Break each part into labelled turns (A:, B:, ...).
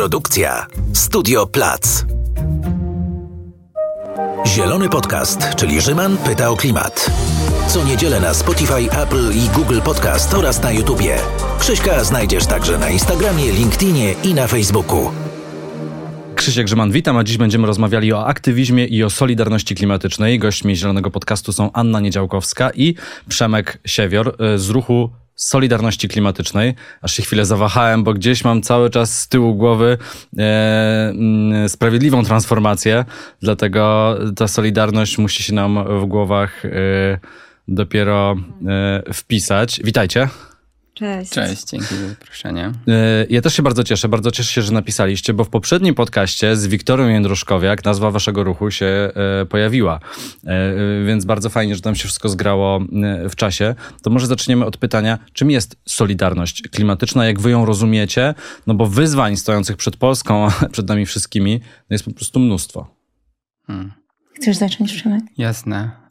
A: Produkcja Studio Plac. Zielony Podcast, czyli Rzyman pyta o klimat. Co niedzielę na Spotify, Apple i Google Podcast oraz na YouTubie. Krzyśka znajdziesz także na Instagramie, LinkedInie i na Facebooku.
B: Krzysiek Grzyman, witam, a dziś będziemy rozmawiali o aktywizmie i o solidarności klimatycznej. Gośćmi Zielonego Podcastu są Anna Niedziałkowska i Przemek Siewior z ruchu Solidarności Klimatycznej. Aż się chwilę zawahałem, bo gdzieś mam cały czas z tyłu głowy sprawiedliwą transformację, dlatego ta solidarność musi się nam w głowach dopiero wpisać. Witajcie.
C: Cześć.
D: Cześć, dzięki za zaproszenie.
B: Ja też się bardzo cieszę się, że napisaliście, bo w poprzednim podcaście z Wiktorią Jędruszkowiak nazwa waszego ruchu się pojawiła, więc bardzo fajnie, że tam się wszystko zgrało w czasie. To może zaczniemy od pytania, czym jest solidarność klimatyczna, jak wy ją rozumiecie, no bo wyzwań stojących przed Polską, przed nami wszystkimi, jest po prostu mnóstwo.
C: Chcesz zacząć, Przemek?
D: Jasne.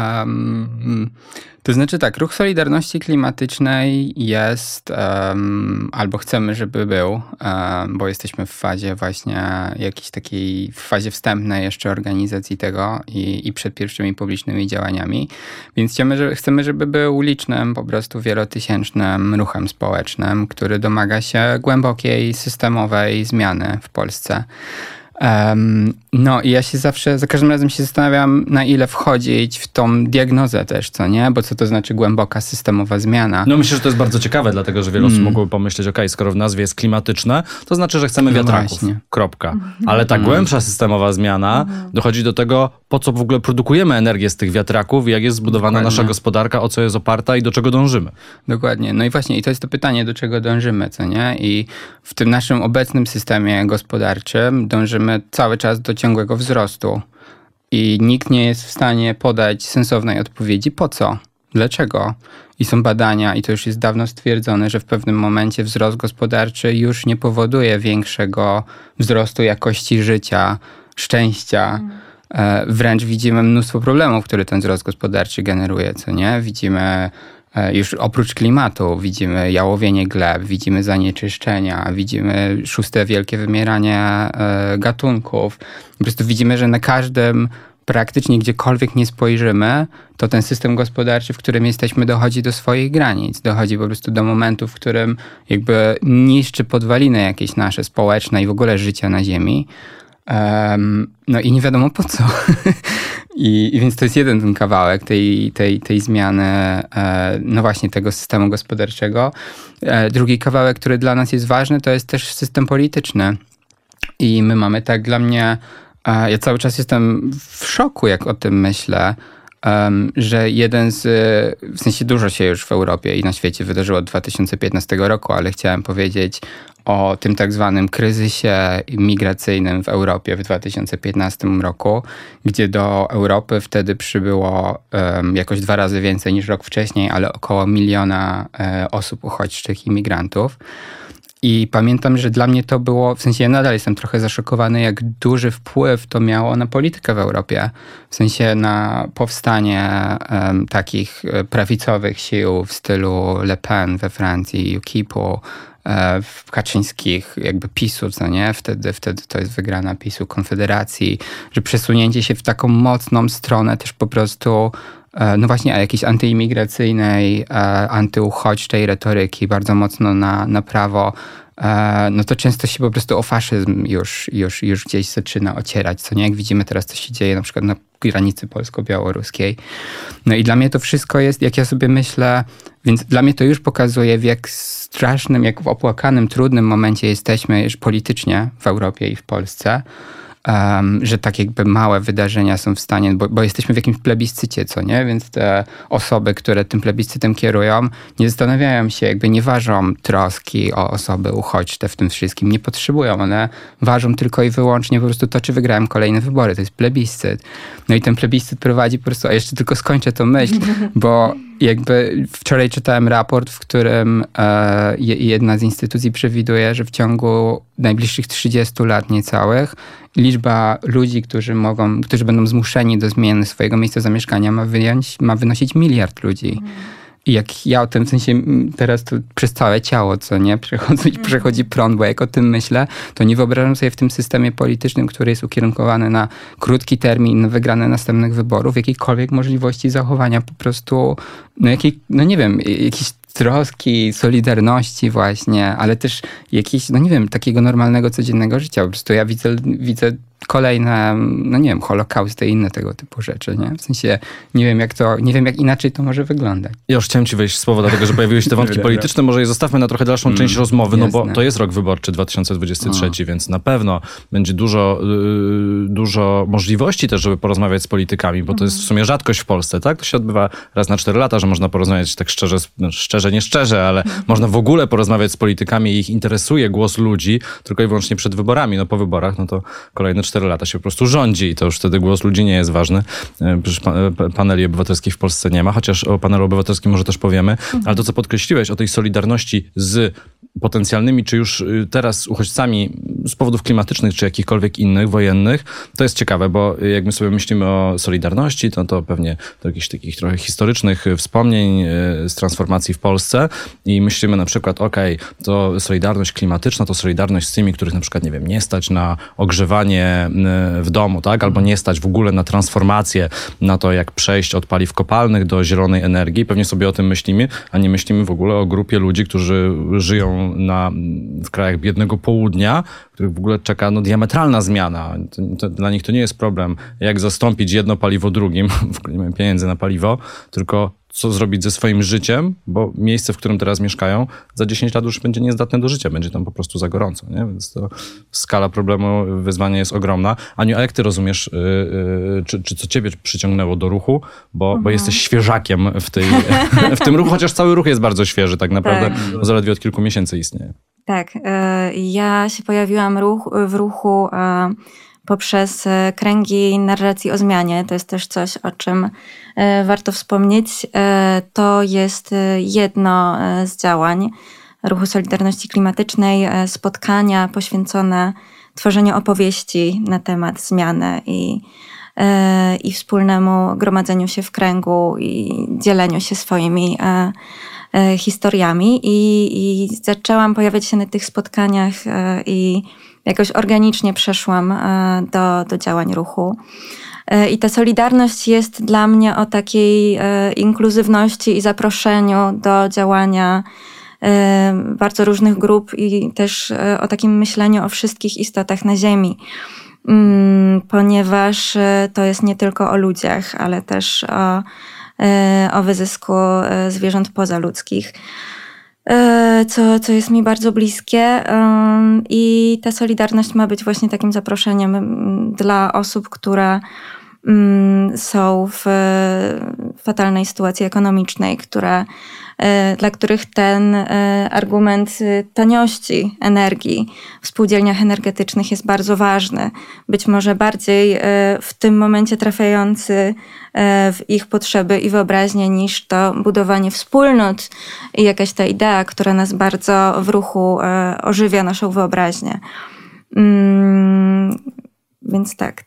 D: To znaczy tak, ruch Solidarności Klimatycznej jest, albo chcemy, żeby był, bo jesteśmy w fazie właśnie jakiejś takiej, w fazie wstępnej jeszcze organizacji tego i przed pierwszymi publicznymi działaniami. Więc chcemy, żeby był licznym, po prostu wielotysięcznym ruchem społecznym, który domaga się głębokiej, systemowej zmiany w Polsce. No i ja się zawsze, za każdym razem się zastanawiam, na ile wchodzić w tą diagnozę też, co nie? Bo co to znaczy głęboka, systemowa zmiana?
B: No myślę, że to jest bardzo ciekawe, dlatego że wiele osób mogłoby pomyśleć, skoro w nazwie jest klimatyczne, to znaczy, że chcemy wiatraków.
D: Właśnie.
B: Kropka. Ale ta głębsza systemowa zmiana dochodzi do tego, po co w ogóle produkujemy energię z tych wiatraków, jak jest zbudowana nasza gospodarka, o co jest oparta i do czego dążymy.
D: Dokładnie. No i właśnie, i to jest to pytanie, do czego dążymy, co nie? I w tym naszym obecnym systemie gospodarczym dążymy cały czas do ciągłego wzrostu. I nikt nie jest w stanie podać sensownej odpowiedzi, po co, dlaczego. I są badania, i to już jest dawno stwierdzone, że w pewnym momencie wzrost gospodarczy już nie powoduje większego wzrostu jakości życia, szczęścia. Wręcz widzimy mnóstwo problemów, które ten wzrost gospodarczy generuje, co nie? Widzimy już oprócz klimatu, widzimy jałowienie gleb, widzimy zanieczyszczenia, widzimy szóste wielkie wymieranie gatunków. Po prostu widzimy, że na każdym, praktycznie gdziekolwiek nie spojrzymy, to ten system gospodarczy, w którym jesteśmy, dochodzi do swoich granic. Dochodzi po prostu do momentu, w którym jakby niszczy podwaliny jakieś nasze społeczne i w ogóle życia na ziemi. No i nie wiadomo po co. I więc to jest jeden ten kawałek tej zmiany, no właśnie tego systemu gospodarczego. Drugi kawałek, który dla nas jest ważny, to jest też system polityczny. I my mamy tak, dla mnie, ja cały czas jestem w szoku, jak o tym myślę, że w sensie dużo się już w Europie i na świecie wydarzyło od 2015 roku, ale chciałem powiedzieć o tym tak zwanym kryzysie migracyjnym w Europie w 2015 roku, gdzie do Europy wtedy przybyło jakoś 2 razy więcej niż rok wcześniej, ale około 1 miliona osób uchodźczych, imigrantów. I pamiętam, że dla mnie to było, w sensie ja nadal jestem trochę zaszokowany, jak duży wpływ to miało na politykę w Europie. W sensie na powstanie takich prawicowych sił w stylu Le Pen we Francji, UKIP-u, Kaczyńskich, jakby PiS-u, co nie? Wtedy to jest wygrana PiS-u, Konfederacji, że przesunięcie się w taką mocną stronę też po prostu no właśnie jakiejś antyimigracyjnej, antyuchodźczej retoryki, bardzo mocno na prawo, no to często się po prostu o faszyzm już gdzieś zaczyna ocierać, co nie? Jak widzimy teraz, co się dzieje na przykład na granicy polsko-białoruskiej. No i dla mnie to wszystko jest, jak ja sobie myślę, więc dla mnie to już pokazuje, w jak strasznym, jak w opłakanym, trudnym momencie jesteśmy już politycznie w Europie i w Polsce. Że tak jakby małe wydarzenia są w stanie, bo jesteśmy w jakimś plebiscycie, co nie? Więc te osoby, które tym plebiscytem kierują, nie zastanawiają się, jakby nie ważą troski o osoby uchodźcze w tym wszystkim. Nie potrzebują, one ważą tylko i wyłącznie po prostu to, czy wygrałem kolejne wybory. To jest plebiscyt. No i ten plebiscyt prowadzi po prostu, a jeszcze tylko skończę tą myśl, bo jakby wczoraj czytałem raport, w którym jedna z instytucji przewiduje, że w ciągu najbliższych 30 lat niecałych liczba ludzi, którzy będą zmuszeni do zmiany swojego miejsca zamieszkania ma wynosić 1 miliard ludzi. I jak ja o tym, w sensie teraz to przez całe ciało, co nie, przechodzi prąd, bo jak o tym myślę, to nie wyobrażam sobie w tym systemie politycznym, który jest ukierunkowany na krótki termin, na wygrane następnych wyborów, jakiejkolwiek możliwości zachowania po prostu, jakiejś troski, solidarności właśnie, ale też jakiegoś, takiego normalnego, codziennego życia. Po prostu ja widzę kolejne, Holokausty i inne tego typu rzeczy, nie? W sensie nie wiem jak inaczej to może wyglądać.
B: Ja już chciałem ci wejść w słowo, dlatego że pojawiły się te wątki polityczne, może je zostawmy na trochę dalszą część rozmowy, no bo to jest rok wyborczy 2023, więc na pewno będzie dużo możliwości też, żeby porozmawiać z politykami, bo to jest w sumie rzadkość w Polsce, tak? To się odbywa raz na 4 lata, że można porozmawiać tak szczerze, ale można w ogóle porozmawiać z politykami i ich interesuje głos ludzi, tylko i wyłącznie przed wyborami. No po wyborach, no to kolejne 4 lata się po prostu rządzi i to już wtedy głos ludzi nie jest ważny. Przecież paneli obywatelskich w Polsce nie ma, chociaż o panelu obywatelskim może też powiemy, ale to, co podkreśliłeś o tej solidarności z potencjalnymi, czy już teraz uchodźcami z powodów klimatycznych, czy jakichkolwiek innych, wojennych, to jest ciekawe, bo jak my sobie myślimy o solidarności, to pewnie do jakichś takich trochę historycznych wspomnień z transformacji w Polsce i myślimy na przykład, to solidarność klimatyczna, to solidarność z tymi, których na przykład, nie stać na ogrzewanie w domu, tak? Albo nie stać w ogóle na transformację, na to, jak przejść od paliw kopalnych do zielonej energii. Pewnie sobie o tym myślimy, a nie myślimy w ogóle o grupie ludzi, którzy żyją w krajach biednego południa, których w ogóle czeka diametralna zmiana. Dla nich to nie jest problem, jak zastąpić jedno paliwo drugim, w ogóle nie mają pieniędzy na paliwo, tylko co zrobić ze swoim życiem, bo miejsce, w którym teraz mieszkają, za 10 lat już będzie niezdatne do życia, będzie tam po prostu za gorąco, nie? Więc to skala problemu, wyzwania jest ogromna. Aniu, a jak ty rozumiesz, czy co ciebie przyciągnęło do ruchu, bo jesteś świeżakiem w tym ruchu, chociaż cały ruch jest bardzo świeży tak naprawdę, bo zaledwie od kilku miesięcy istnieje.
C: Tak, ja się pojawiłam w ruchu poprzez kręgi narracji o zmianie. To jest też coś, o czym warto wspomnieć. To jest jedno z działań Ruchu Solidarności Klimatycznej, spotkania poświęcone tworzeniu opowieści na temat zmiany i wspólnemu gromadzeniu się w kręgu i dzieleniu się swoimi historiami. I zaczęłam pojawiać się na tych spotkaniach i jakoś organicznie przeszłam do działań ruchu. I ta solidarność jest dla mnie o takiej inkluzywności i zaproszeniu do działania bardzo różnych grup i też o takim myśleniu o wszystkich istotach na Ziemi. Ponieważ to jest nie tylko o ludziach, ale też o wyzysku zwierząt pozaludzkich. Co jest mi bardzo bliskie i ta solidarność ma być właśnie takim zaproszeniem dla osób, które są w fatalnej sytuacji ekonomicznej, dla których ten argument taniości energii w spółdzielniach energetycznych jest bardzo ważny. Być może bardziej w tym momencie trafiający w ich potrzeby i wyobraźnię niż to budowanie wspólnot i jakaś ta idea, która nas bardzo w ruchu ożywia naszą wyobraźnię. Więc tak,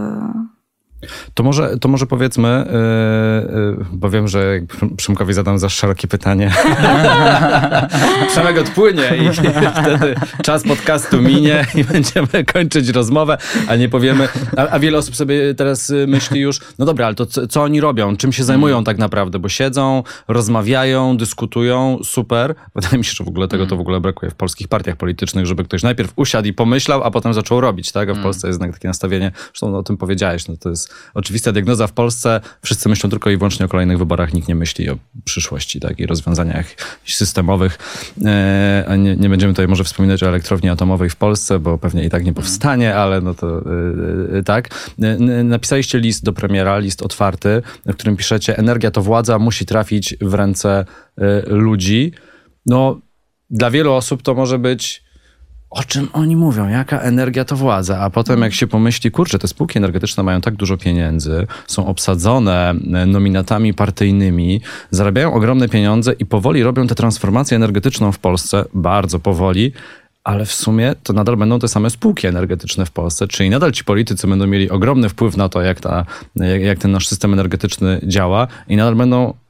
B: To może powiedzmy, bo wiem, że Przemkowi zadam za szerokie pytanie. Przemek odpłynie i wtedy czas podcastu minie i będziemy kończyć rozmowę, a nie powiemy. A wiele osób sobie teraz myśli już, no dobra, ale to co oni robią? Czym się zajmują tak naprawdę? Bo siedzą, rozmawiają, dyskutują, super. Wydaje mi się, że w ogóle tego to w ogóle brakuje w polskich partiach politycznych, żeby ktoś najpierw usiadł i pomyślał, a potem zaczął robić, tak? A w Polsce jest jednak takie nastawienie, zresztą o tym powiedziałeś, no to jest oczywista diagnoza w Polsce. Wszyscy myślą tylko i wyłącznie o kolejnych wyborach, nikt nie myśli o przyszłości, tak, i rozwiązaniach systemowych. Nie będziemy tutaj może wspominać o elektrowni atomowej w Polsce, bo pewnie i tak nie powstanie, ale no to tak. Napisaliście list do premiera, list otwarty, w którym piszecie: energia to władza, musi trafić w ręce ludzi. No, dla wielu osób to może być: o czym oni mówią? Jaka energia to władza? A potem jak się pomyśli, kurczę, te spółki energetyczne mają tak dużo pieniędzy, są obsadzone nominatami partyjnymi, zarabiają ogromne pieniądze i powoli robią tę transformację energetyczną w Polsce, bardzo powoli, ale w sumie to nadal będą te same spółki energetyczne w Polsce, czyli nadal ci politycy będą mieli ogromny wpływ na to, jak ten nasz system energetyczny działa i nadal będą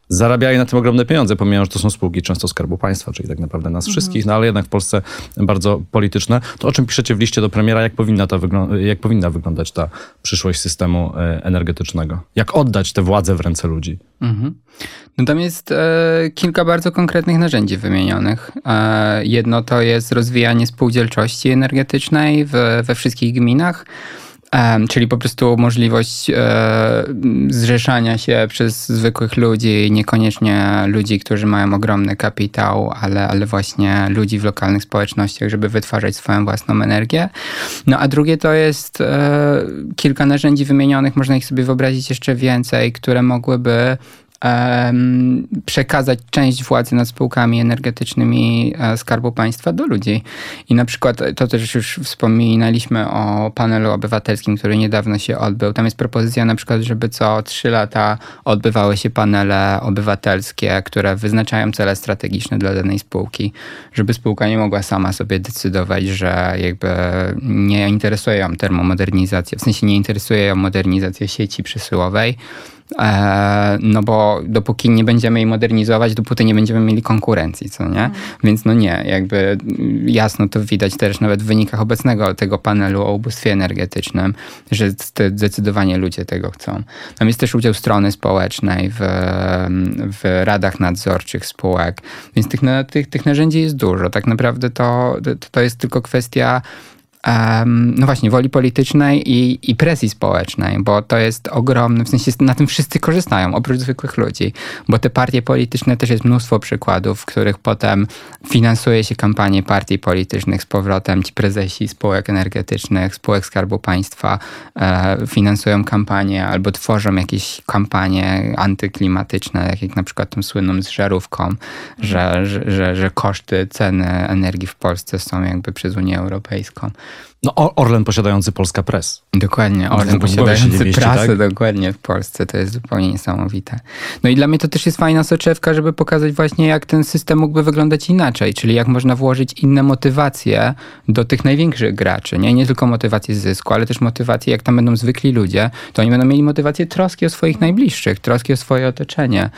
B: zarabiali na tym ogromne pieniądze, pomimo że to są spółki często Skarbu Państwa, czyli tak naprawdę nas wszystkich, no ale jednak w Polsce bardzo polityczne. To o czym piszecie w liście do premiera, jak powinna wyglądać ta przyszłość systemu energetycznego? Jak oddać tę władzę w ręce ludzi?
D: No tam jest kilka bardzo konkretnych narzędzi wymienionych. Jedno to jest rozwijanie spółdzielczości energetycznej we wszystkich gminach. Czyli po prostu możliwość zrzeszania się przez zwykłych ludzi, niekoniecznie ludzi, którzy mają ogromny kapitał, ale właśnie ludzi w lokalnych społecznościach, żeby wytwarzać swoją własną energię. No a drugie to jest kilka narzędzi wymienionych, można ich sobie wyobrazić jeszcze więcej, które mogłyby przekazać część władzy nad spółkami energetycznymi Skarbu Państwa do ludzi. I na przykład to też już wspominaliśmy o panelu obywatelskim, który niedawno się odbył. Tam jest propozycja na przykład, żeby co 3 lata odbywały się panele obywatelskie, które wyznaczają cele strategiczne dla danej spółki, żeby spółka nie mogła sama sobie decydować, że jakby nie interesuje ją termomodernizacja, w sensie nie interesuje ją modernizacja sieci przesyłowej, no bo dopóki nie będziemy jej modernizować, dopóty nie będziemy mieli konkurencji, co nie? Więc no nie, jakby jasno to widać też nawet w wynikach obecnego tego panelu o ubóstwie energetycznym, że zdecydowanie ludzie tego chcą. Tam jest też udział strony społecznej w radach nadzorczych spółek, więc tych narzędzi jest dużo. Tak naprawdę to jest tylko kwestia no właśnie, woli politycznej i presji społecznej, bo to jest ogromne, w sensie na tym wszyscy korzystają, oprócz zwykłych ludzi, bo te partie polityczne też jest mnóstwo przykładów, w których potem finansuje się kampanie partii politycznych z powrotem, ci prezesi spółek energetycznych, spółek Skarbu Państwa finansują kampanie albo tworzą jakieś kampanie antyklimatyczne, jak na przykład tą słynną z żarówką, że koszty ceny energii w Polsce są jakby przez Unię Europejską.
B: No Orlen posiadający Polska Press.
D: Dokładnie, Orlen posiadający prasę, tak? Dokładnie w Polsce. To jest zupełnie niesamowite. No i dla mnie to też jest fajna soczewka, żeby pokazać właśnie, jak ten system mógłby wyglądać inaczej, czyli jak można włożyć inne motywacje do tych największych graczy. Nie tylko motywacje zysku, ale też motywacje, jak tam będą zwykli ludzie, to oni będą mieli motywację troski o swoich najbliższych, troski o swoje otoczenie.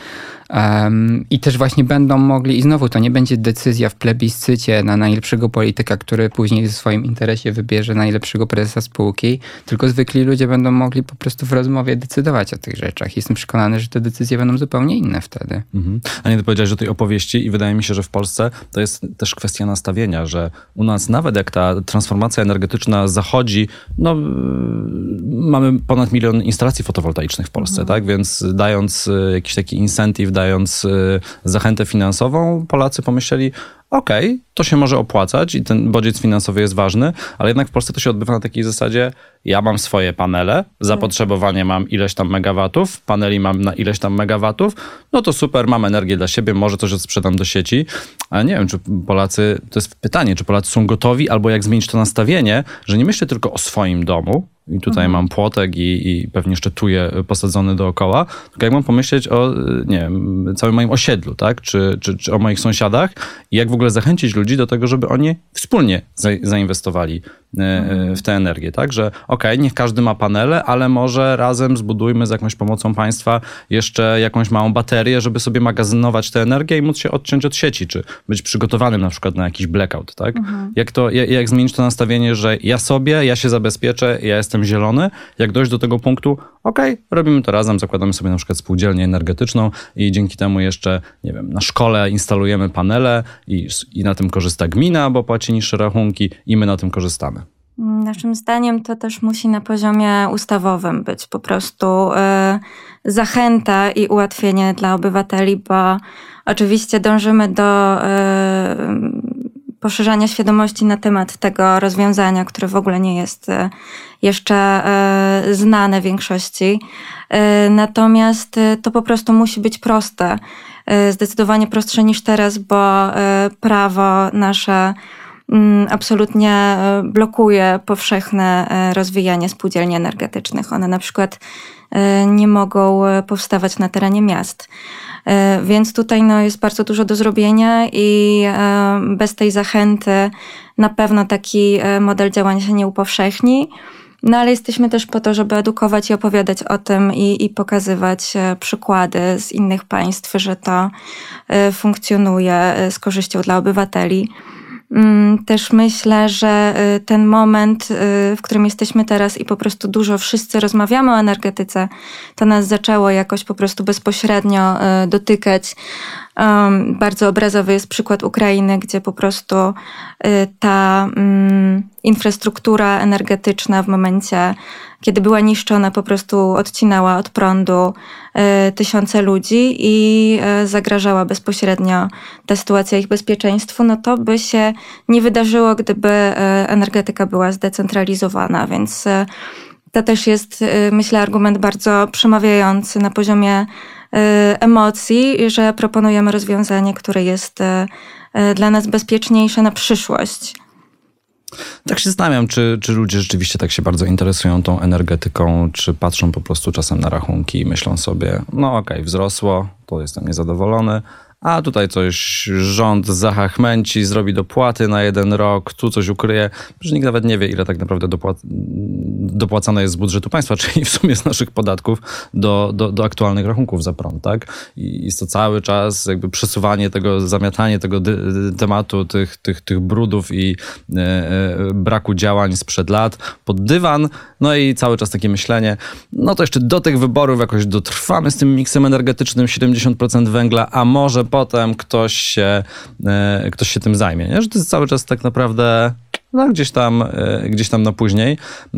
D: I też właśnie będą mogli, i znowu to nie będzie decyzja w plebiscycie na najlepszego polityka, który później w swoim interesie wybierze najlepszego prezesa spółki, tylko zwykli ludzie będą mogli po prostu w rozmowie decydować o tych rzeczach. Jestem przekonany, że te decyzje będą zupełnie inne wtedy.
B: A nie powiedziałeś o tej opowieści i wydaje mi się, że w Polsce to jest też kwestia nastawienia, że u nas nawet jak ta transformacja energetyczna zachodzi, no mamy ponad 1 milion instalacji fotowoltaicznych w Polsce, tak? Więc dając jakiś taki incentive, dając zachętę finansową, Polacy pomyśleli, okej, to się może opłacać i ten bodziec finansowy jest ważny, ale jednak w Polsce to się odbywa na takiej zasadzie, ja mam swoje panele, zapotrzebowanie mam ileś tam megawatów, paneli mam na ileś tam megawatów, no to super, mam energię dla siebie, może coś odsprzedam do sieci, ale nie wiem, czy Polacy, to jest pytanie, czy Polacy są gotowi, albo jak zmienić to nastawienie, że nie myślę tylko o swoim domu, i tutaj mam płotek i pewnie jeszcze tuje posadzony dookoła, tylko jak mam pomyśleć o, nie wiem, całym moim osiedlu, tak? Czy o moich sąsiadach i jak w ogóle zachęcić ludzi do tego, żeby oni wspólnie zainwestowali w tę energię, tak? Że niech każdy ma panele, ale może razem zbudujmy z jakąś pomocą państwa jeszcze jakąś małą baterię, żeby sobie magazynować tę energię i móc się odciąć od sieci, czy być przygotowanym na przykład na jakiś blackout, tak? Jak zmienić to nastawienie, że ja się zabezpieczę, ja jestem zielony, jak dojść do tego punktu, robimy to razem, zakładamy sobie na przykład spółdzielnię energetyczną i dzięki temu jeszcze, nie wiem, na szkole instalujemy panele i na tym korzysta gmina, bo płaci niższe rachunki i my na tym korzystamy.
C: Naszym zdaniem to też musi na poziomie ustawowym być po prostu zachęta i ułatwienie dla obywateli, bo oczywiście dążymy do poszerzania świadomości na temat tego rozwiązania, które w ogóle nie jest jeszcze znane większości. Natomiast to po prostu musi być proste. Zdecydowanie prostsze niż teraz, bo prawo nasze absolutnie blokuje powszechne rozwijanie spółdzielni energetycznych. One na przykład nie mogą powstawać na terenie miast. Więc tutaj jest bardzo dużo do zrobienia i bez tej zachęty na pewno taki model działania się nie upowszechni. No ale jesteśmy też po to, żeby edukować i opowiadać o tym i pokazywać przykłady z innych państw, że to funkcjonuje z korzyścią dla obywateli. Też myślę, że ten moment, w którym jesteśmy teraz i po prostu dużo wszyscy rozmawiamy o energetyce, to nas zaczęło jakoś po prostu bezpośrednio dotykać. Bardzo obrazowy jest przykład Ukrainy, gdzie po prostu ta infrastruktura energetyczna w momencie, kiedy była niszczona, po prostu odcinała od prądu tysiące ludzi i zagrażała bezpośrednio ta sytuacja ich bezpieczeństwu, no to by się nie wydarzyło, gdyby energetyka była zdecentralizowana, więc to też jest, myślę, argument bardzo przemawiający na poziomie emocji, że proponujemy rozwiązanie, które jest dla nas bezpieczniejsze na przyszłość.
B: Tak się zastanawiam, czy ludzie rzeczywiście tak się bardzo interesują tą energetyką, czy patrzą po prostu czasem na rachunki i myślą sobie, no okej, wzrosło, to jestem niezadowolony, a tutaj coś rząd zachachmęci, zrobi dopłaty na 1 rok, tu coś ukryje. Przecież nikt nawet nie wie, ile tak naprawdę dopłacane jest z budżetu państwa, czyli w sumie z naszych podatków do aktualnych rachunków za prąd, tak? I jest to cały czas jakby przesuwanie tego, zamiatanie tego tematu, tych brudów i braku działań sprzed lat pod dywan, no i cały czas takie myślenie, no to jeszcze do tych wyborów jakoś dotrwamy z tym miksem energetycznym, 70% węgla, a może potem ktoś się tym zajmie, nie? Że to jest cały czas tak naprawdę no, gdzieś tam na później.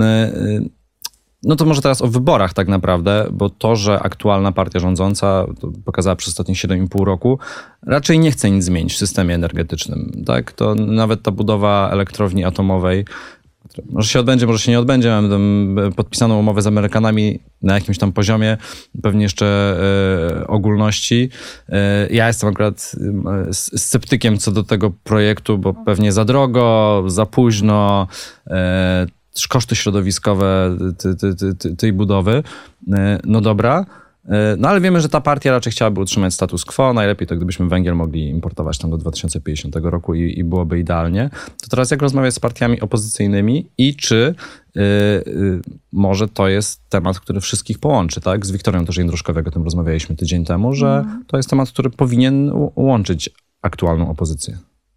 B: No to może teraz o wyborach tak naprawdę, bo to, że aktualna partia rządząca to pokazała przez ostatnich 7,5 roku, raczej nie chce nic zmienić w systemie energetycznym. Tak? To nawet ta budowa elektrowni atomowej, może się odbędzie, może się nie odbędzie. Mamy tam podpisaną umowę z Amerykanami na jakimś tam poziomie, pewnie jeszcze ogólności. Ja jestem akurat sceptykiem co do tego projektu, bo pewnie za drogo, za późno, koszty środowiskowe tej budowy. No dobra. No ale wiemy, że ta partia raczej chciałaby utrzymać status quo. Najlepiej to gdybyśmy węgiel mogli importować tam do 2050 roku i byłoby idealnie. To teraz jak rozmawiać z partiami opozycyjnymi i czy może to jest temat, który wszystkich połączy, tak? Z Wiktorią też Jędruszkowiak o tym rozmawialiśmy tydzień temu, że to jest temat, który powinien łączyć aktualną opozycję.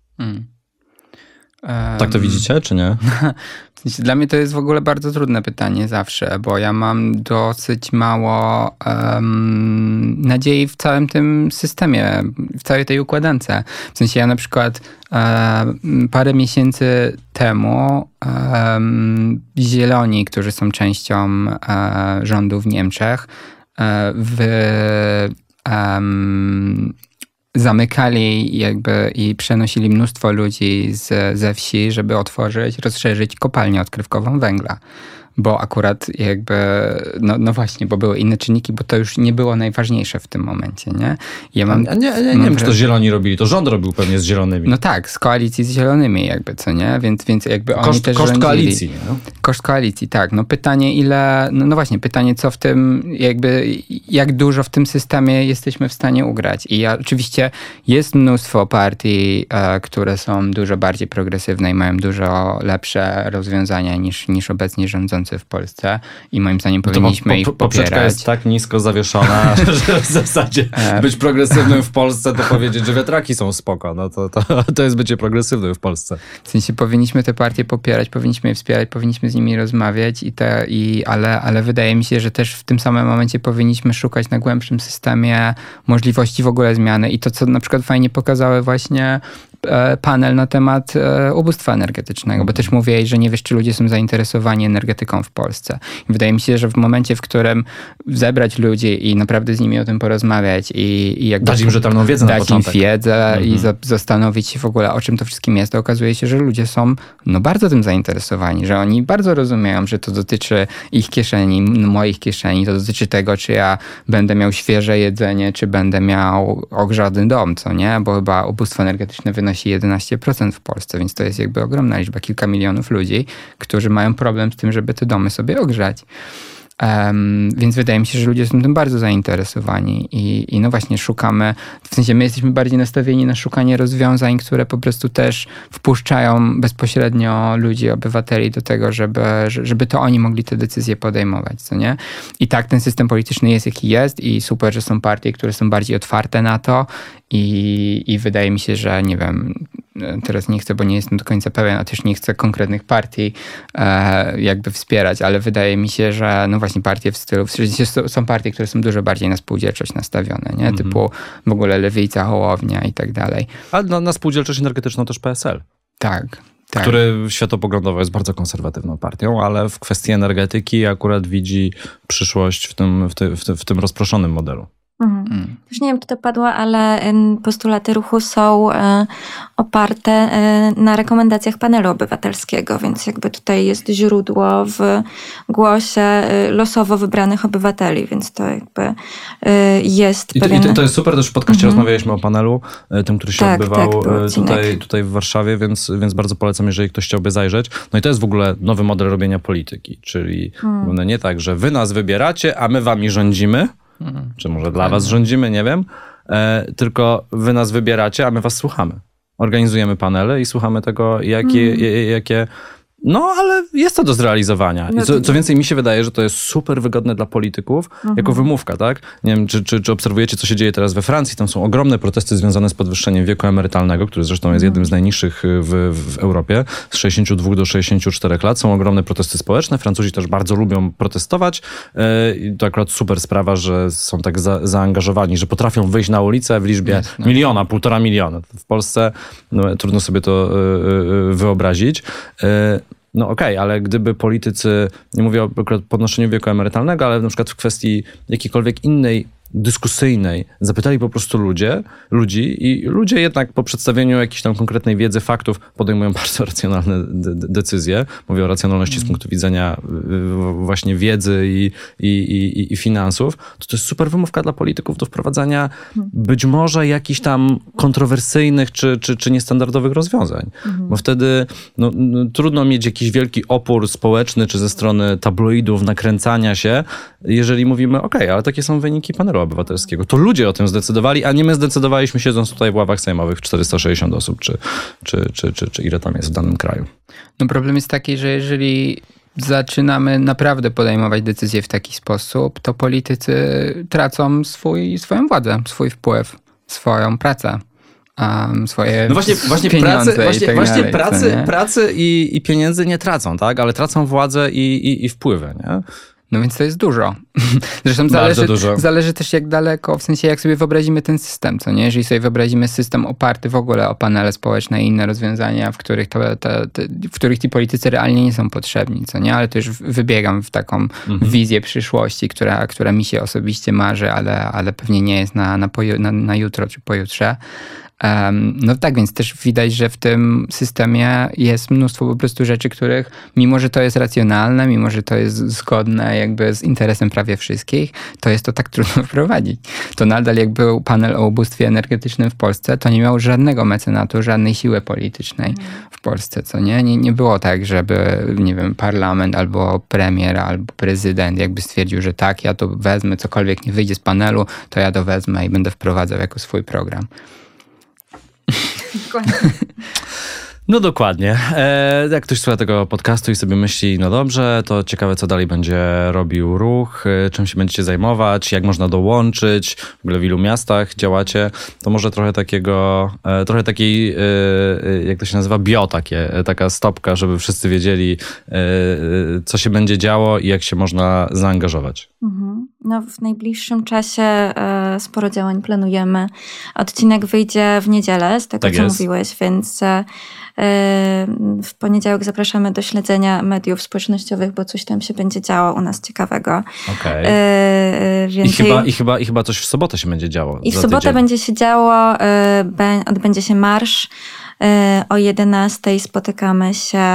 B: Tak to widzicie, czy nie?
D: Dla mnie to jest w ogóle bardzo trudne pytanie zawsze, bo ja mam dosyć mało nadziei w całym tym systemie, w całej tej układance. W sensie ja na przykład parę miesięcy temu Zieloni, którzy są częścią rządu w Niemczech, zamykali jakby i przenosili mnóstwo ludzi ze wsi, żeby rozszerzyć kopalnię odkrywkową węgla. Bo akurat jakby, no właśnie, bo były inne czynniki, bo to już nie było najważniejsze w tym momencie, nie?
B: Nie wiem, czy to Zieloni robili, to rząd robił pewnie z Zielonymi.
D: No tak, z koalicji z Zielonymi jakby, co nie? Więc jakby oni też
B: koszt
D: rządzili.
B: Koalicji, no?
D: Koszt koalicji, tak. No pytanie ile, no właśnie, pytanie co w tym, jakby jak dużo w tym systemie jesteśmy w stanie ugrać. I oczywiście jest mnóstwo partii, które są dużo bardziej progresywne i mają dużo lepsze rozwiązania niż obecnie rządzący w Polsce i moim zdaniem powinniśmy ich popierać.
B: Poprzeczka jest tak nisko zawieszona, że w zasadzie być progresywnym w Polsce to powiedzieć, że wiatraki są spoko. No to jest bycie progresywnym w Polsce.
D: W sensie powinniśmy te partie popierać, powinniśmy je wspierać, powinniśmy z nimi rozmawiać, ale wydaje mi się, że też w tym samym momencie powinniśmy szukać na głębszym systemie możliwości w ogóle zmiany i to, co na przykład fajnie pokazały właśnie panel na temat ubóstwa energetycznego, bo też mówiłeś, że nie wiesz, czy ludzie są zainteresowani energetyką w Polsce. I wydaje mi się, że w momencie, w którym zebrać ludzi i naprawdę z nimi o tym porozmawiać i jakby
B: dać im rzetelną wiedzę na początek.
D: Dać im wiedzę i zastanowić się w ogóle, o czym to wszystkim jest, to okazuje się, że ludzie są bardzo tym zainteresowani, że oni bardzo rozumieją, że to dotyczy ich kieszeni, moich kieszeni, to dotyczy tego, czy ja będę miał świeże jedzenie, czy będę miał ogrzany dom, co nie? Bo chyba ubóstwo energetyczne wynosi 11% w Polsce, więc to jest jakby ogromna liczba, kilka milionów ludzi, którzy mają problem z tym, żeby te domy sobie ogrzać. Więc wydaje mi się, że ludzie są tym bardzo zainteresowani i no właśnie szukamy, w sensie my jesteśmy bardziej nastawieni na szukanie rozwiązań, które po prostu też wpuszczają bezpośrednio ludzi, obywateli do tego, żeby to oni mogli te decyzje podejmować, co nie? I tak ten system polityczny jest jaki jest i super, że są partie, które są bardziej otwarte na to i wydaje mi się, że nie wiem, teraz nie chcę, bo nie jestem do końca pewien, a też nie chcę konkretnych partii jakby wspierać, ale wydaje mi się, że no właśnie partie w stylu, są partie, które są dużo bardziej na spółdzielczość nastawione, nie? Typu w ogóle Lewica, Hołownia i tak dalej.
B: A na spółdzielczość energetyczną też PSL.
D: Tak.
B: Który światopoglądowo jest bardzo konserwatywną partią, ale w kwestii energetyki akurat widzi przyszłość w tym rozproszonym modelu.
C: Już nie wiem, czy to padło, ale postulaty ruchu są oparte na rekomendacjach panelu obywatelskiego, więc jakby tutaj jest źródło w głosie losowo wybranych obywateli, więc to jakby jest pewien...
B: I to jest super, też w podcaście rozmawialiśmy o panelu, tym, który się odbywał tutaj w Warszawie, więc bardzo polecam, jeżeli ktoś chciałby zajrzeć. No i to jest w ogóle nowy model robienia polityki, czyli nie tak, że wy nas wybieracie, a my wami rządzimy, czy może dla was rządzimy, nie wiem, tylko wy nas wybieracie, a my was słuchamy. Organizujemy panele i słuchamy tego, jakie... No, ale jest to do zrealizowania. I co więcej, mi się wydaje, że to jest super wygodne dla polityków jako wymówka, tak? Nie wiem, czy obserwujecie, co się dzieje teraz we Francji. Tam są ogromne protesty związane z podwyższeniem wieku emerytalnego, który zresztą jest jednym z najniższych w Europie, z 62 do 64 lat. Są ogromne protesty społeczne. Francuzi też bardzo lubią protestować. I to akurat super sprawa, że są tak zaangażowani, że potrafią wyjść na ulicę w liczbie 1 miliona, 1,5 miliona. W Polsce trudno sobie to wyobrazić. No okej, ale gdyby politycy, nie mówię o podnoszeniu wieku emerytalnego, ale na przykład w kwestii jakiejkolwiek innej dyskusyjnej zapytali po prostu ludzi i ludzie jednak po przedstawieniu jakiejś tam konkretnej wiedzy, faktów podejmują bardzo racjonalne decyzje. Mówię o racjonalności z punktu widzenia właśnie wiedzy i finansów. To jest super wymówka dla polityków do wprowadzania być może jakichś tam kontrowersyjnych czy niestandardowych rozwiązań. Bo wtedy trudno mieć jakiś wielki opór społeczny czy ze strony tabloidów, nakręcania się, jeżeli mówimy, ale takie są wyniki panelu obywatelskiego. To ludzie o tym zdecydowali, a nie my zdecydowaliśmy siedząc tutaj w ławach sejmowych 460 osób, czy ile tam jest w danym kraju.
D: No problem jest taki, że jeżeli zaczynamy naprawdę podejmować decyzje w taki sposób, to politycy tracą swoją władzę, swój wpływ, swoją pracę. Swoje
B: właśnie
D: pieniądze
B: pracy i pieniędzy nie tracą, tak? Ale tracą władzę i wpływy, nie?
D: No więc to jest dużo. Zresztą zależy też jak daleko, w sensie jak sobie wyobrazimy ten system, co nie? Jeżeli sobie wyobrazimy system oparty w ogóle o panele społeczne i inne rozwiązania, w których ci politycy realnie nie są potrzebni, co nie? Ale to już wybiegam w taką wizję przyszłości, która mi się osobiście marzy, ale pewnie nie jest na jutro czy pojutrze. No tak, więc też widać, że w tym systemie jest mnóstwo po prostu rzeczy, których mimo, że to jest racjonalne, mimo, że to jest zgodne jakby z interesem prawie wszystkich, to jest to tak trudno wprowadzić. To nadal jak był panel o ubóstwie energetycznym w Polsce, to nie miał żadnego mecenatu, żadnej siły politycznej w Polsce, co nie? Nie było tak, żeby, nie wiem, parlament albo premier, albo prezydent jakby stwierdził, że tak, ja to wezmę, cokolwiek nie wyjdzie z panelu, to ja to wezmę i będę wprowadzał jako swój program.
B: No dokładnie. Jak ktoś słucha tego podcastu i sobie myśli, no dobrze, to ciekawe, co dalej będzie robił ruch, czym się będziecie zajmować, jak można dołączyć, w ogóle w ilu miastach działacie, to może trochę takiej, jak to się nazywa, taka stopka, żeby wszyscy wiedzieli, co się będzie działo i jak się można zaangażować.
C: No, w najbliższym czasie sporo działań planujemy. Odcinek wyjdzie w niedzielę, z tego
B: tak
C: co
B: jest.
C: mówiłeś, więc w poniedziałek zapraszamy do śledzenia mediów społecznościowych, bo coś tam się będzie działo u nas ciekawego.
B: Okej.
C: Więcej...
B: I chyba coś w sobotę się będzie działo.
C: I w sobotę będzie się działo, odbędzie się marsz. O 11:00 spotykamy się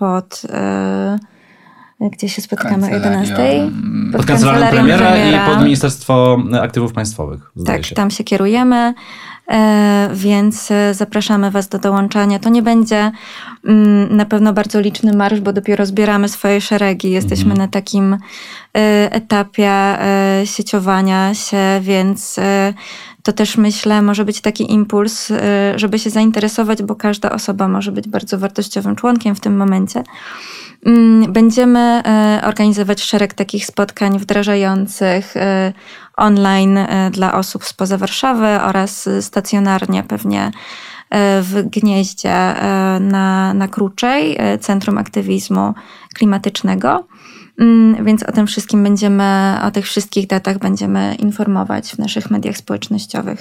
C: gdzie się spotykamy o 11:00?
B: Pod kancelarią premiera i pod Ministerstwo Aktywów Państwowych.
C: Tak, tam się kierujemy. Więc zapraszamy Was do dołączania. To nie będzie na pewno bardzo liczny marsz, bo dopiero zbieramy swoje szeregi. Jesteśmy na takim etapie sieciowania się, więc to też myślę może być taki impuls, żeby się zainteresować, bo każda osoba może być bardzo wartościowym członkiem w tym momencie. Będziemy organizować szereg takich spotkań wdrażających online dla osób spoza Warszawy oraz stacjonarnie pewnie w Gnieździe na Kruczej, Centrum Aktywizmu Klimatycznego. Więc o tym wszystkim o tych wszystkich datach będziemy informować w naszych mediach społecznościowych.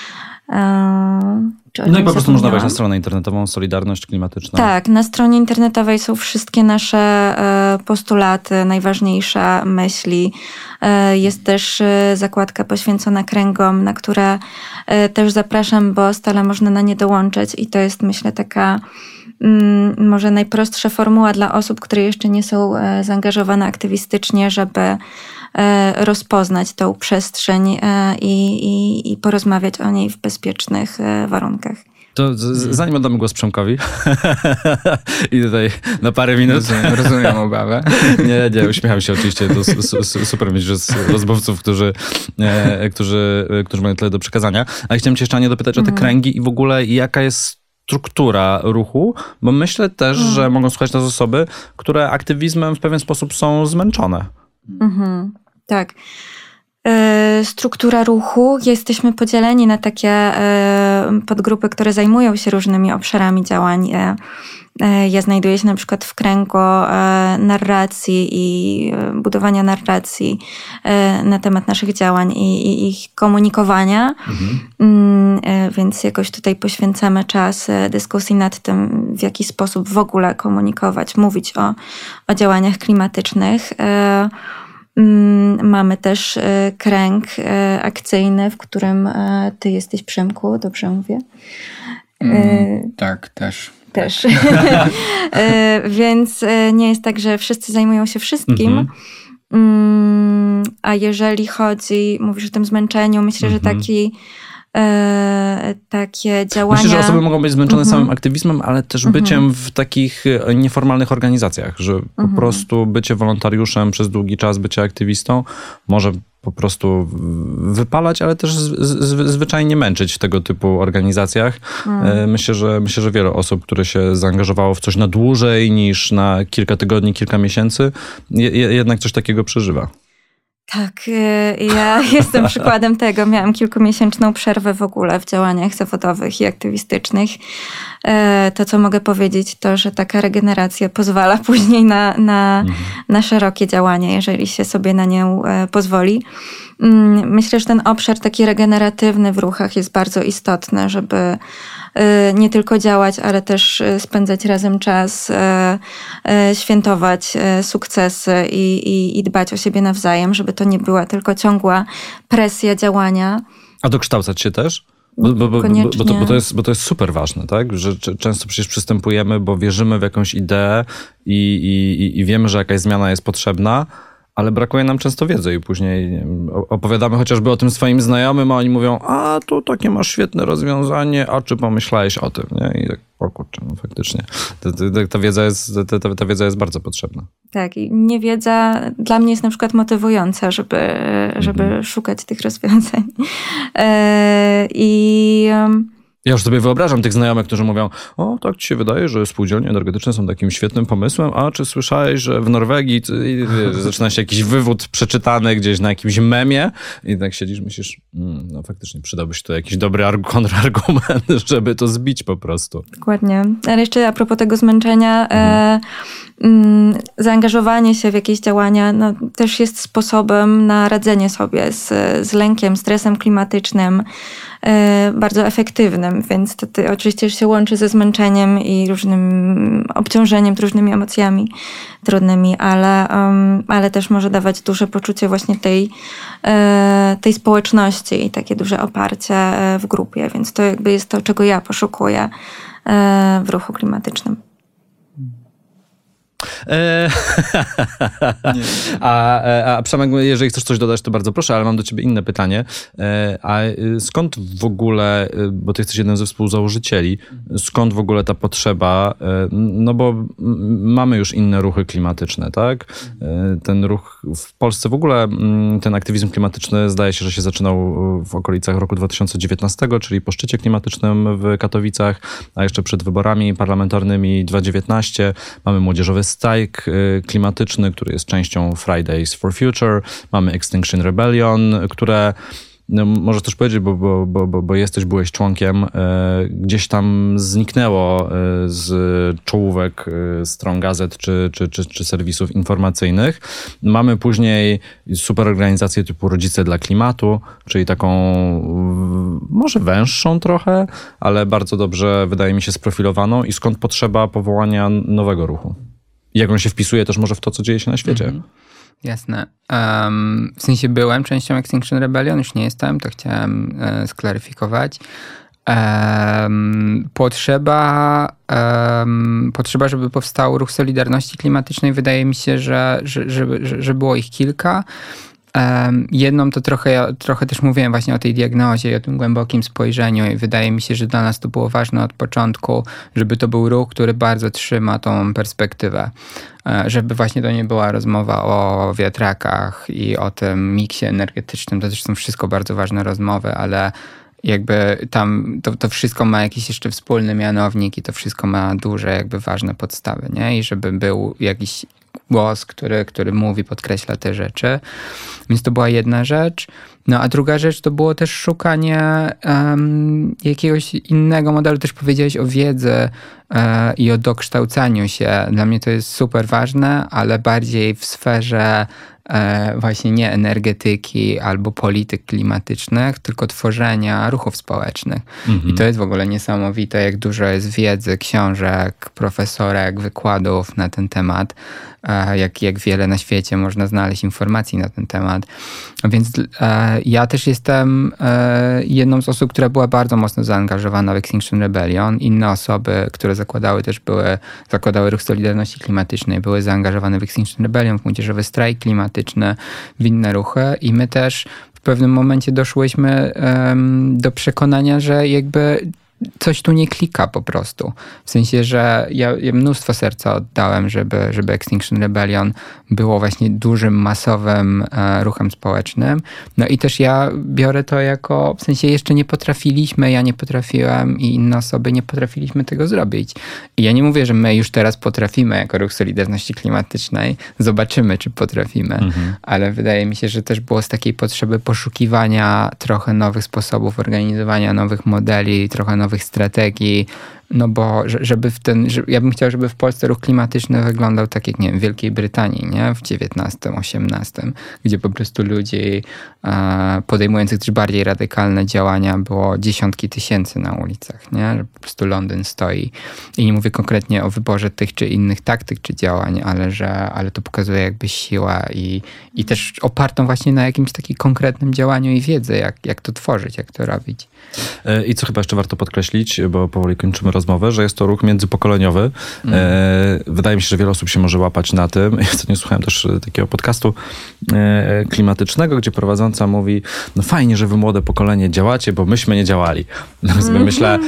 B: No i po prostu można wejść na stronę internetową Solidarność Klimatyczna.
C: Tak, na stronie internetowej są wszystkie nasze postulaty, najważniejsze myśli. Jest też zakładka poświęcona kręgom, na które też zapraszam, bo stale można na nie dołączyć i to jest, myślę, taka może najprostsza formuła dla osób, które jeszcze nie są zaangażowane aktywistycznie, żeby rozpoznać tą przestrzeń i porozmawiać o niej w bezpiecznych warunkach.
B: To zanim oddamy głos Przemkowi i tutaj na parę minut...
D: Rozumiem obawę.
B: Nie, uśmiecham się oczywiście. To super mieć rozmówców, którzy mają tyle do przekazania. Ale chciałem cię jeszcze, Ania, dopytać o te kręgi i w ogóle jaka jest struktura ruchu, bo myślę też, że mogą słuchać nas osoby, które aktywizmem w pewien sposób są zmęczone.
C: Tak. Struktura ruchu. Jesteśmy podzieleni na takie podgrupy, które zajmują się różnymi obszarami działań. Ja znajduję się na przykład w kręgu narracji i budowania narracji na temat naszych działań i ich komunikowania. Więc jakoś tutaj poświęcamy czas dyskusji nad tym, w jaki sposób w ogóle komunikować, mówić o działaniach klimatycznych. Mamy też kręg akcyjny, w którym ty jesteś, Przemku, dobrze mówię?
D: Tak, też.
C: Więc nie jest tak, że wszyscy zajmują się wszystkim. A jeżeli chodzi, mówisz o tym zmęczeniu, myślę, że takie działania...
B: Myślę, że osoby mogą być zmęczone samym aktywizmem, ale też byciem w takich nieformalnych organizacjach, że po prostu bycie wolontariuszem przez długi czas, bycie aktywistą może po prostu wypalać, ale też zwyczajnie męczyć w tego typu organizacjach. Myślę, że wiele osób, które się zaangażowało w coś na dłużej niż na kilka tygodni, kilka miesięcy, jednak coś takiego przeżywa.
C: Tak, ja jestem przykładem tego. Miałam kilkumiesięczną przerwę w ogóle w działaniach zawodowych i aktywistycznych. To, co mogę powiedzieć, to, że taka regeneracja pozwala później na szerokie działania, jeżeli się sobie na nią pozwoli. Myślę, że ten obszar taki regeneratywny w ruchach jest bardzo istotny, żeby nie tylko działać, ale też spędzać razem czas, świętować sukcesy i dbać o siebie nawzajem, żeby to nie była tylko ciągła presja działania.
B: A dokształcać się też? Bo to jest super ważne, tak? Że często przecież przystępujemy, bo wierzymy w jakąś ideę i wiemy, że jakaś zmiana jest potrzebna, ale brakuje nam często wiedzy i później opowiadamy chociażby o tym swoim znajomym, a oni mówią, a tu takie masz świetne rozwiązanie, a czy pomyślałeś o tym? Nie? I tak, o kurczę, no faktycznie. Ta wiedza jest bardzo potrzebna.
C: Tak, i niewiedza dla mnie jest na przykład motywująca, żeby szukać tych rozwiązań.
B: Ja już sobie wyobrażam tych znajomych, którzy mówią, o tak ci się wydaje, że spółdzielnie energetyczne są takim świetnym pomysłem, a czy słyszałeś, że w Norwegii zaczyna się jakiś wywód przeczytany gdzieś na jakimś memie i tak siedzisz, myślisz, no faktycznie przydałby się tu jakiś dobry kontrargument, żeby to zbić po prostu.
C: Dokładnie. Ale jeszcze a propos tego zmęczenia, zaangażowanie się w jakieś działania też jest sposobem na radzenie sobie z lękiem, stresem klimatycznym, bardzo efektywnym, więc to oczywiście się łączy ze zmęczeniem i różnym obciążeniem, różnymi emocjami trudnymi, ale też może dawać duże poczucie właśnie tej społeczności i takie duże oparcie w grupie, więc to jakby jest to, czego ja poszukuję w ruchu klimatycznym.
B: A Przemek, jeżeli chcesz coś dodać, to bardzo proszę, ale mam do ciebie inne pytanie. A skąd w ogóle, bo ty jesteś jednym ze współzałożycieli, skąd w ogóle ta potrzeba, no bo mamy już inne ruchy klimatyczne, tak? Ten ruch w Polsce w ogóle, ten aktywizm klimatyczny zdaje się, że się zaczynał w okolicach roku 2019, czyli po szczycie klimatycznym w Katowicach, a jeszcze przed wyborami parlamentarnymi 2019 mamy młodzieżowy strajk klimatyczny, który jest częścią Fridays for Future, mamy Extinction Rebellion, które no, możesz też powiedzieć, bo byłeś członkiem, gdzieś tam zniknęło z czołówek stron gazet czy serwisów informacyjnych. Mamy później super organizację typu Rodzice dla Klimatu, czyli taką może węższą trochę, ale bardzo dobrze, wydaje mi się, sprofilowaną. I skąd potrzeba powołania nowego ruchu? Jak on się wpisuje też może w to, co dzieje się na świecie?
D: Jasne. W sensie byłem częścią Extinction Rebellion, już nie jestem, to chciałem sklaryfikować. Potrzeba, żeby powstał ruch Solidarności Klimatycznej, wydaje mi się, że było ich kilka. Jedną to trochę też mówiłem właśnie o tej diagnozie i o tym głębokim spojrzeniu i wydaje mi się, że dla nas to było ważne od początku, żeby to był ruch, który bardzo trzyma tą perspektywę. Żeby właśnie to nie była rozmowa o wiatrakach i o tym miksie energetycznym, to też są wszystko bardzo ważne rozmowy, ale jakby tam to wszystko ma jakiś jeszcze wspólny mianownik i to wszystko ma duże jakby ważne podstawy, nie? I żeby był jakiś głos, który mówi, podkreśla te rzeczy. Więc to była jedna rzecz. No a druga rzecz to było też szukanie jakiegoś innego modelu. Też powiedziałeś o wiedzy i o dokształcaniu się. Dla mnie to jest super ważne, ale bardziej w sferze właśnie nie energetyki albo polityk klimatycznych, tylko tworzenia ruchów społecznych. I to jest w ogóle niesamowite, jak dużo jest wiedzy, książek, profesorek, wykładów na ten temat, jak wiele na świecie można znaleźć informacji na ten temat. Więc ja też jestem jedną z osób, która była bardzo mocno zaangażowana w Extinction Rebellion. Inne osoby, które zakładały ruch Solidarności Klimatycznej, były zaangażowane w Extinction Rebellion, w młodzieżowy strajk klimatyczny, w inne ruchy i my też w pewnym momencie doszłyśmy do przekonania, że jakby coś tu nie klika po prostu. W sensie, że ja mnóstwo serca oddałem, żeby Extinction Rebellion było właśnie dużym, masowym ruchem społecznym. No i też ja biorę to jako, w sensie jeszcze nie potrafiliśmy, ja nie potrafiłem i inne osoby nie potrafiliśmy tego zrobić. I ja nie mówię, że my już teraz potrafimy jako ruch Solidarności Klimatycznej. Zobaczymy, czy potrafimy. Ale wydaje mi się, że też było z takiej potrzeby poszukiwania trochę nowych sposobów organizowania, nowych modeli, trochę nowych strategii, no bo ja bym chciał, żeby w Polsce ruch klimatyczny wyglądał tak jak, nie wiem, w Wielkiej Brytanii, nie? W XIX, XVIII, gdzie po prostu ludzi podejmujących też bardziej radykalne działania było dziesiątki tysięcy na ulicach, nie? Że po prostu Londyn stoi. I nie mówię konkretnie o wyborze tych czy innych taktyk czy działań, ale to pokazuje jakby siłę i też opartą właśnie na jakimś takim konkretnym działaniu i wiedzy, jak to tworzyć, jak to robić.
B: I co chyba jeszcze warto podkreślić, bo powoli kończymy rozmowę, że jest to ruch międzypokoleniowy. Wydaje mi się, że wiele osób się może łapać na tym. Ja ostatnio słuchałem też takiego podcastu klimatycznego, gdzie prowadząca mówi, no fajnie, że wy młode pokolenie działacie, bo myśmy nie działali. No sobie myślę,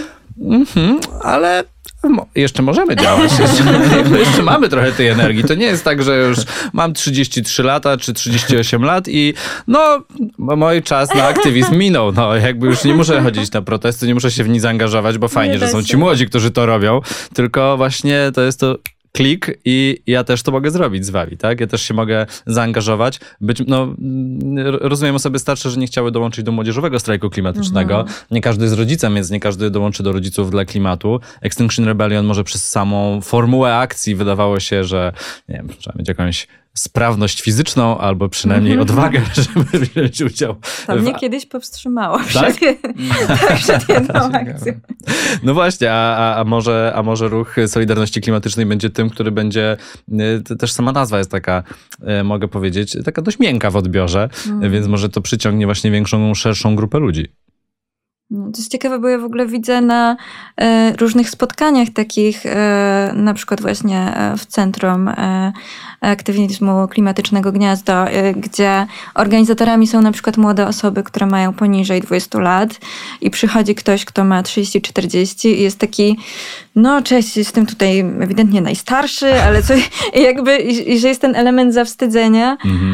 B: ale jeszcze możemy działać, jeszcze mamy trochę tej energii. To nie jest tak, że już mam 33 lata czy 38 lat i no mój czas na aktywizm minął. No jakby już nie muszę chodzić na protesty, nie muszę się w nic zaangażować, bo fajnie, że są ci młodzi, którzy to robią, tylko właśnie to jest to klik i ja też to mogę zrobić z wami, tak? Ja też się mogę zaangażować. Rozumiem osoby starsze, że nie chciały dołączyć do młodzieżowego strajku klimatycznego. Nie każdy jest rodzicem, więc nie każdy dołączy do Rodziców dla Klimatu. Extinction Rebellion może przez samą formułę akcji wydawało się, że nie wiem, trzeba mieć jakąś sprawność fizyczną albo przynajmniej odwagę, żeby wziąć udział.
C: To mnie kiedyś powstrzymało
B: tak?
C: przed jedną akcją.
B: No właśnie, a może ruch Solidarności Klimatycznej będzie tym, który będzie, też sama nazwa jest taka, mogę powiedzieć, taka dość miękka w odbiorze, więc może to przyciągnie właśnie większą, szerszą grupę ludzi.
C: No, to jest ciekawe, bo ja w ogóle widzę na różnych spotkaniach takich, na przykład właśnie w Centrum Aktywizmu Klimatycznego Gniazdo, gdzie organizatorami są na przykład młode osoby, które mają poniżej 20 lat i przychodzi ktoś, kto ma 30-40 i jest taki, no cześć, jestem tutaj ewidentnie najstarszy, ale co, i że jest ten element zawstydzenia.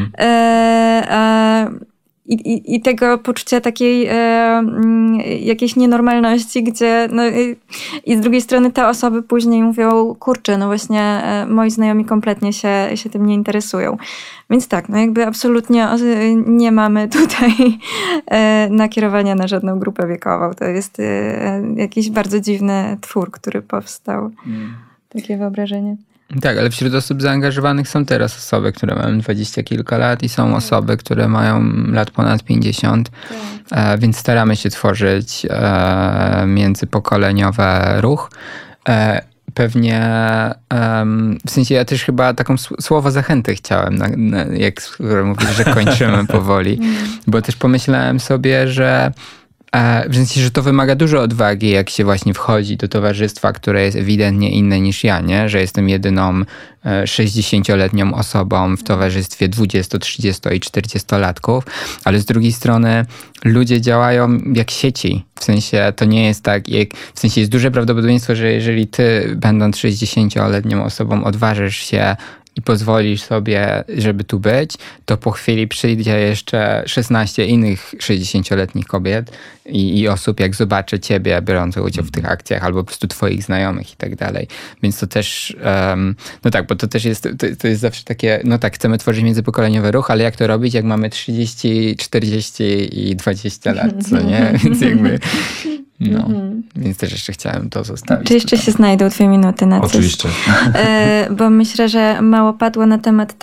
C: I tego poczucia takiej jakiejś nienormalności, gdzie i z drugiej strony te osoby później mówią, kurczę, no właśnie moi znajomi kompletnie się tym nie interesują. Więc tak, no jakby absolutnie nie mamy tutaj nakierowania na żadną grupę wiekową. To jest jakiś bardzo dziwny twór, który powstał. Takie wyobrażenie.
D: Tak, ale wśród osób zaangażowanych są teraz osoby, które mają 20 kilka lat i są osoby, które mają lat ponad 50, więc staramy się tworzyć międzypokoleniowy ruch. Pewnie, w sensie ja też chyba taką słowo zachęty chciałem, jak mówisz, że kończymy powoli, bo też pomyślałem sobie, że w sensie, że to wymaga dużo odwagi, jak się właśnie wchodzi do towarzystwa, które jest ewidentnie inne niż ja, nie? Że jestem jedyną 60-letnią osobą w towarzystwie 20, 30 i 40-latków, ale z drugiej strony ludzie działają jak sieci. W sensie to nie jest tak, w sensie jest duże prawdopodobieństwo, że jeżeli ty, będąc 60-letnią osobą, odważysz się i pozwolisz sobie, żeby tu być, to po chwili przyjdzie jeszcze 16 innych 60-letnich kobiet i osób, jak zobaczy ciebie biorących udział w tych akcjach, albo po prostu twoich znajomych i tak dalej. Więc to też, no tak, bo to też jest, to jest zawsze takie, no tak, chcemy tworzyć międzypokoleniowy ruch, ale jak to robić, jak mamy 30, 40 i 20 lat, co nie? Więc jakby... No, więc też jeszcze chciałem to zostawić.
C: Czy jeszcze się znajdą 2 minuty na coś?
B: Oczywiście.
C: Bo myślę, że mało padło na temat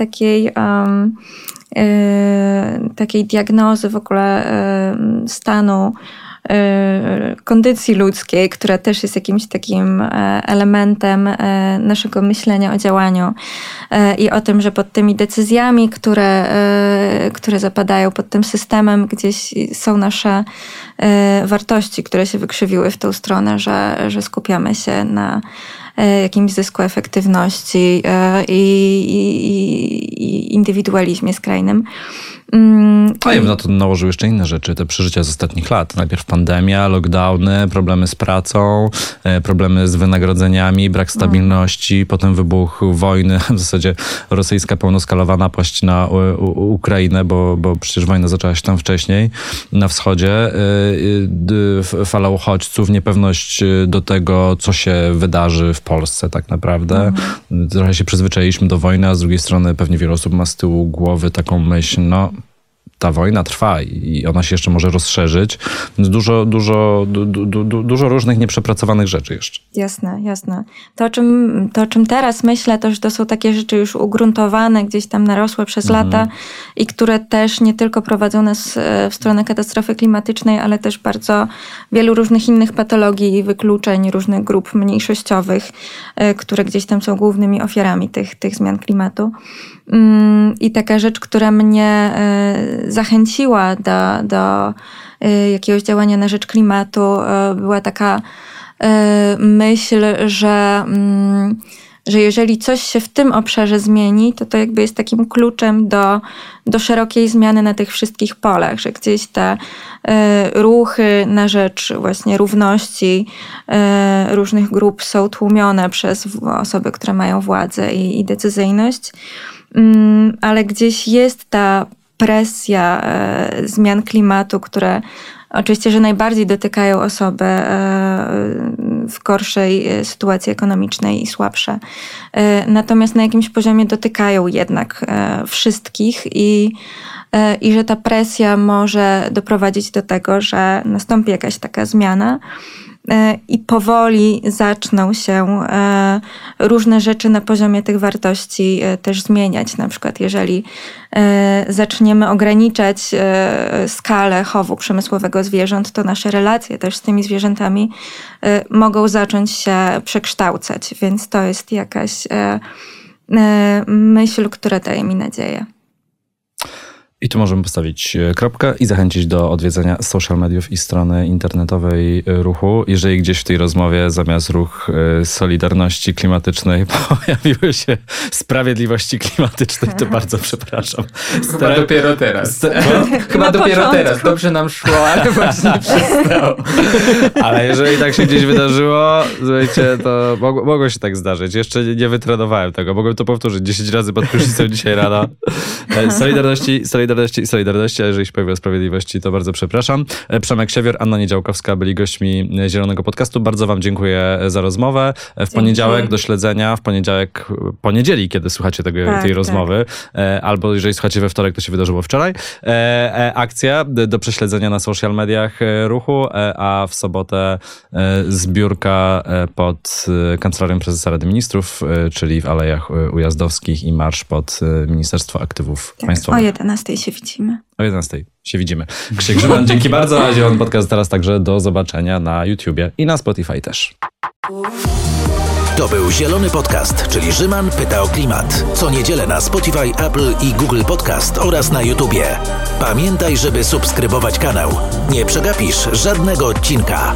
C: takiej diagnozy w ogóle stanu kondycji ludzkiej, która też jest jakimś takim elementem naszego myślenia o działaniu i o tym, że pod tymi decyzjami, które zapadają pod tym systemem, gdzieś są nasze wartości, które się wykrzywiły w tą stronę, że skupiamy się na jakimś zysku, efektywności i indywidualizmie skrajnym.
B: A ja bym na to nałożył jeszcze inne rzeczy, te przeżycia z ostatnich lat. Najpierw pandemia, lockdowny, problemy z pracą, problemy z wynagrodzeniami, brak stabilności, potem wybuch wojny, w zasadzie rosyjska pełnoskalowa napaść na Ukrainę, bo przecież wojna zaczęła się tam wcześniej, na wschodzie, fala uchodźców, niepewność do tego, co się wydarzy w Polsce tak naprawdę. Trochę się przyzwyczailiśmy do wojny, a z drugiej strony pewnie wiele osób ma z tyłu głowy taką myśl, no ta wojna trwa i ona się jeszcze może rozszerzyć. Więc dużo różnych nieprzepracowanych rzeczy jeszcze.
C: Jasne. To, o czym teraz myślę, to, że to są takie rzeczy już ugruntowane, gdzieś tam narosłe przez lata i które też nie tylko prowadzą nas w stronę katastrofy klimatycznej, ale też bardzo wielu różnych innych patologii i wykluczeń różnych grup mniejszościowych, które gdzieś tam są głównymi ofiarami tych zmian klimatu. I taka rzecz, która mnie zachęciła do jakiegoś działania na rzecz klimatu, była taka myśl, że jeżeli coś się w tym obszarze zmieni, to jakby jest takim kluczem do szerokiej zmiany na tych wszystkich polach, że gdzieś te ruchy na rzecz właśnie równości różnych grup są tłumione przez osoby, które mają władzę i decyzyjność, ale gdzieś jest ta presja zmian klimatu, które oczywiście, że najbardziej dotykają osoby w gorszej sytuacji ekonomicznej i słabsze. Natomiast na jakimś poziomie dotykają jednak wszystkich i że ta presja może doprowadzić do tego, że nastąpi jakaś taka zmiana i powoli zaczną się różne rzeczy na poziomie tych wartości też zmieniać. Na przykład jeżeli zaczniemy ograniczać skalę chowu przemysłowego zwierząt, to nasze relacje też z tymi zwierzętami mogą zacząć się przekształcać. Więc to jest jakaś myśl, która daje mi nadzieję.
B: I tu możemy postawić kropkę i zachęcić do odwiedzenia social mediów i strony internetowej ruchu. Jeżeli gdzieś w tej rozmowie zamiast ruch Solidarności Klimatycznej pojawiły się Sprawiedliwości Klimatycznej, to bardzo przepraszam.
D: Chyba dopiero teraz. Chyba dopiero teraz. Dobrze nam szło, ale właśnie przestało.
B: Ale jeżeli tak się gdzieś wydarzyło, słuchajcie, to mogło się tak zdarzyć. Jeszcze nie wytrenowałem tego. Mogłem to powtórzyć 10 razy pod prysznicem dzisiaj rano. Solidarności, a jeżeli się pojawiła Sprawiedliwości, to bardzo przepraszam. Przemek Siewior, Anna Niedziałkowska byli gośćmi Zielonego Podcastu. Bardzo wam dziękuję za rozmowę. W poniedziałek do śledzenia, poniedzieli, kiedy słuchacie tej rozmowy, albo jeżeli słuchacie we wtorek, to się wydarzyło wczoraj. Akcja do prześledzenia na social mediach ruchu, a w sobotę zbiórka pod Kancelarią Prezesa Rady Ministrów, czyli w Alejach Ujazdowskich i marsz pod Ministerstwo Aktywów Państwowych.
C: O 11 się widzimy.
B: O 11 się widzimy. Krzysiek Grzyman, dzięki bardzo. A Zielony Podcast teraz także do zobaczenia na YouTubie i na Spotify też.
A: To był Zielony Podcast, czyli Grzyman pyta o klimat. Co niedzielę na Spotify, Apple i Google Podcast oraz na YouTubie. Pamiętaj, żeby subskrybować kanał. Nie przegapisz żadnego odcinka.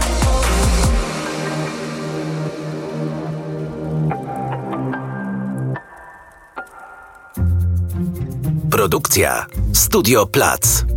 A: Produkcja Studio Plac.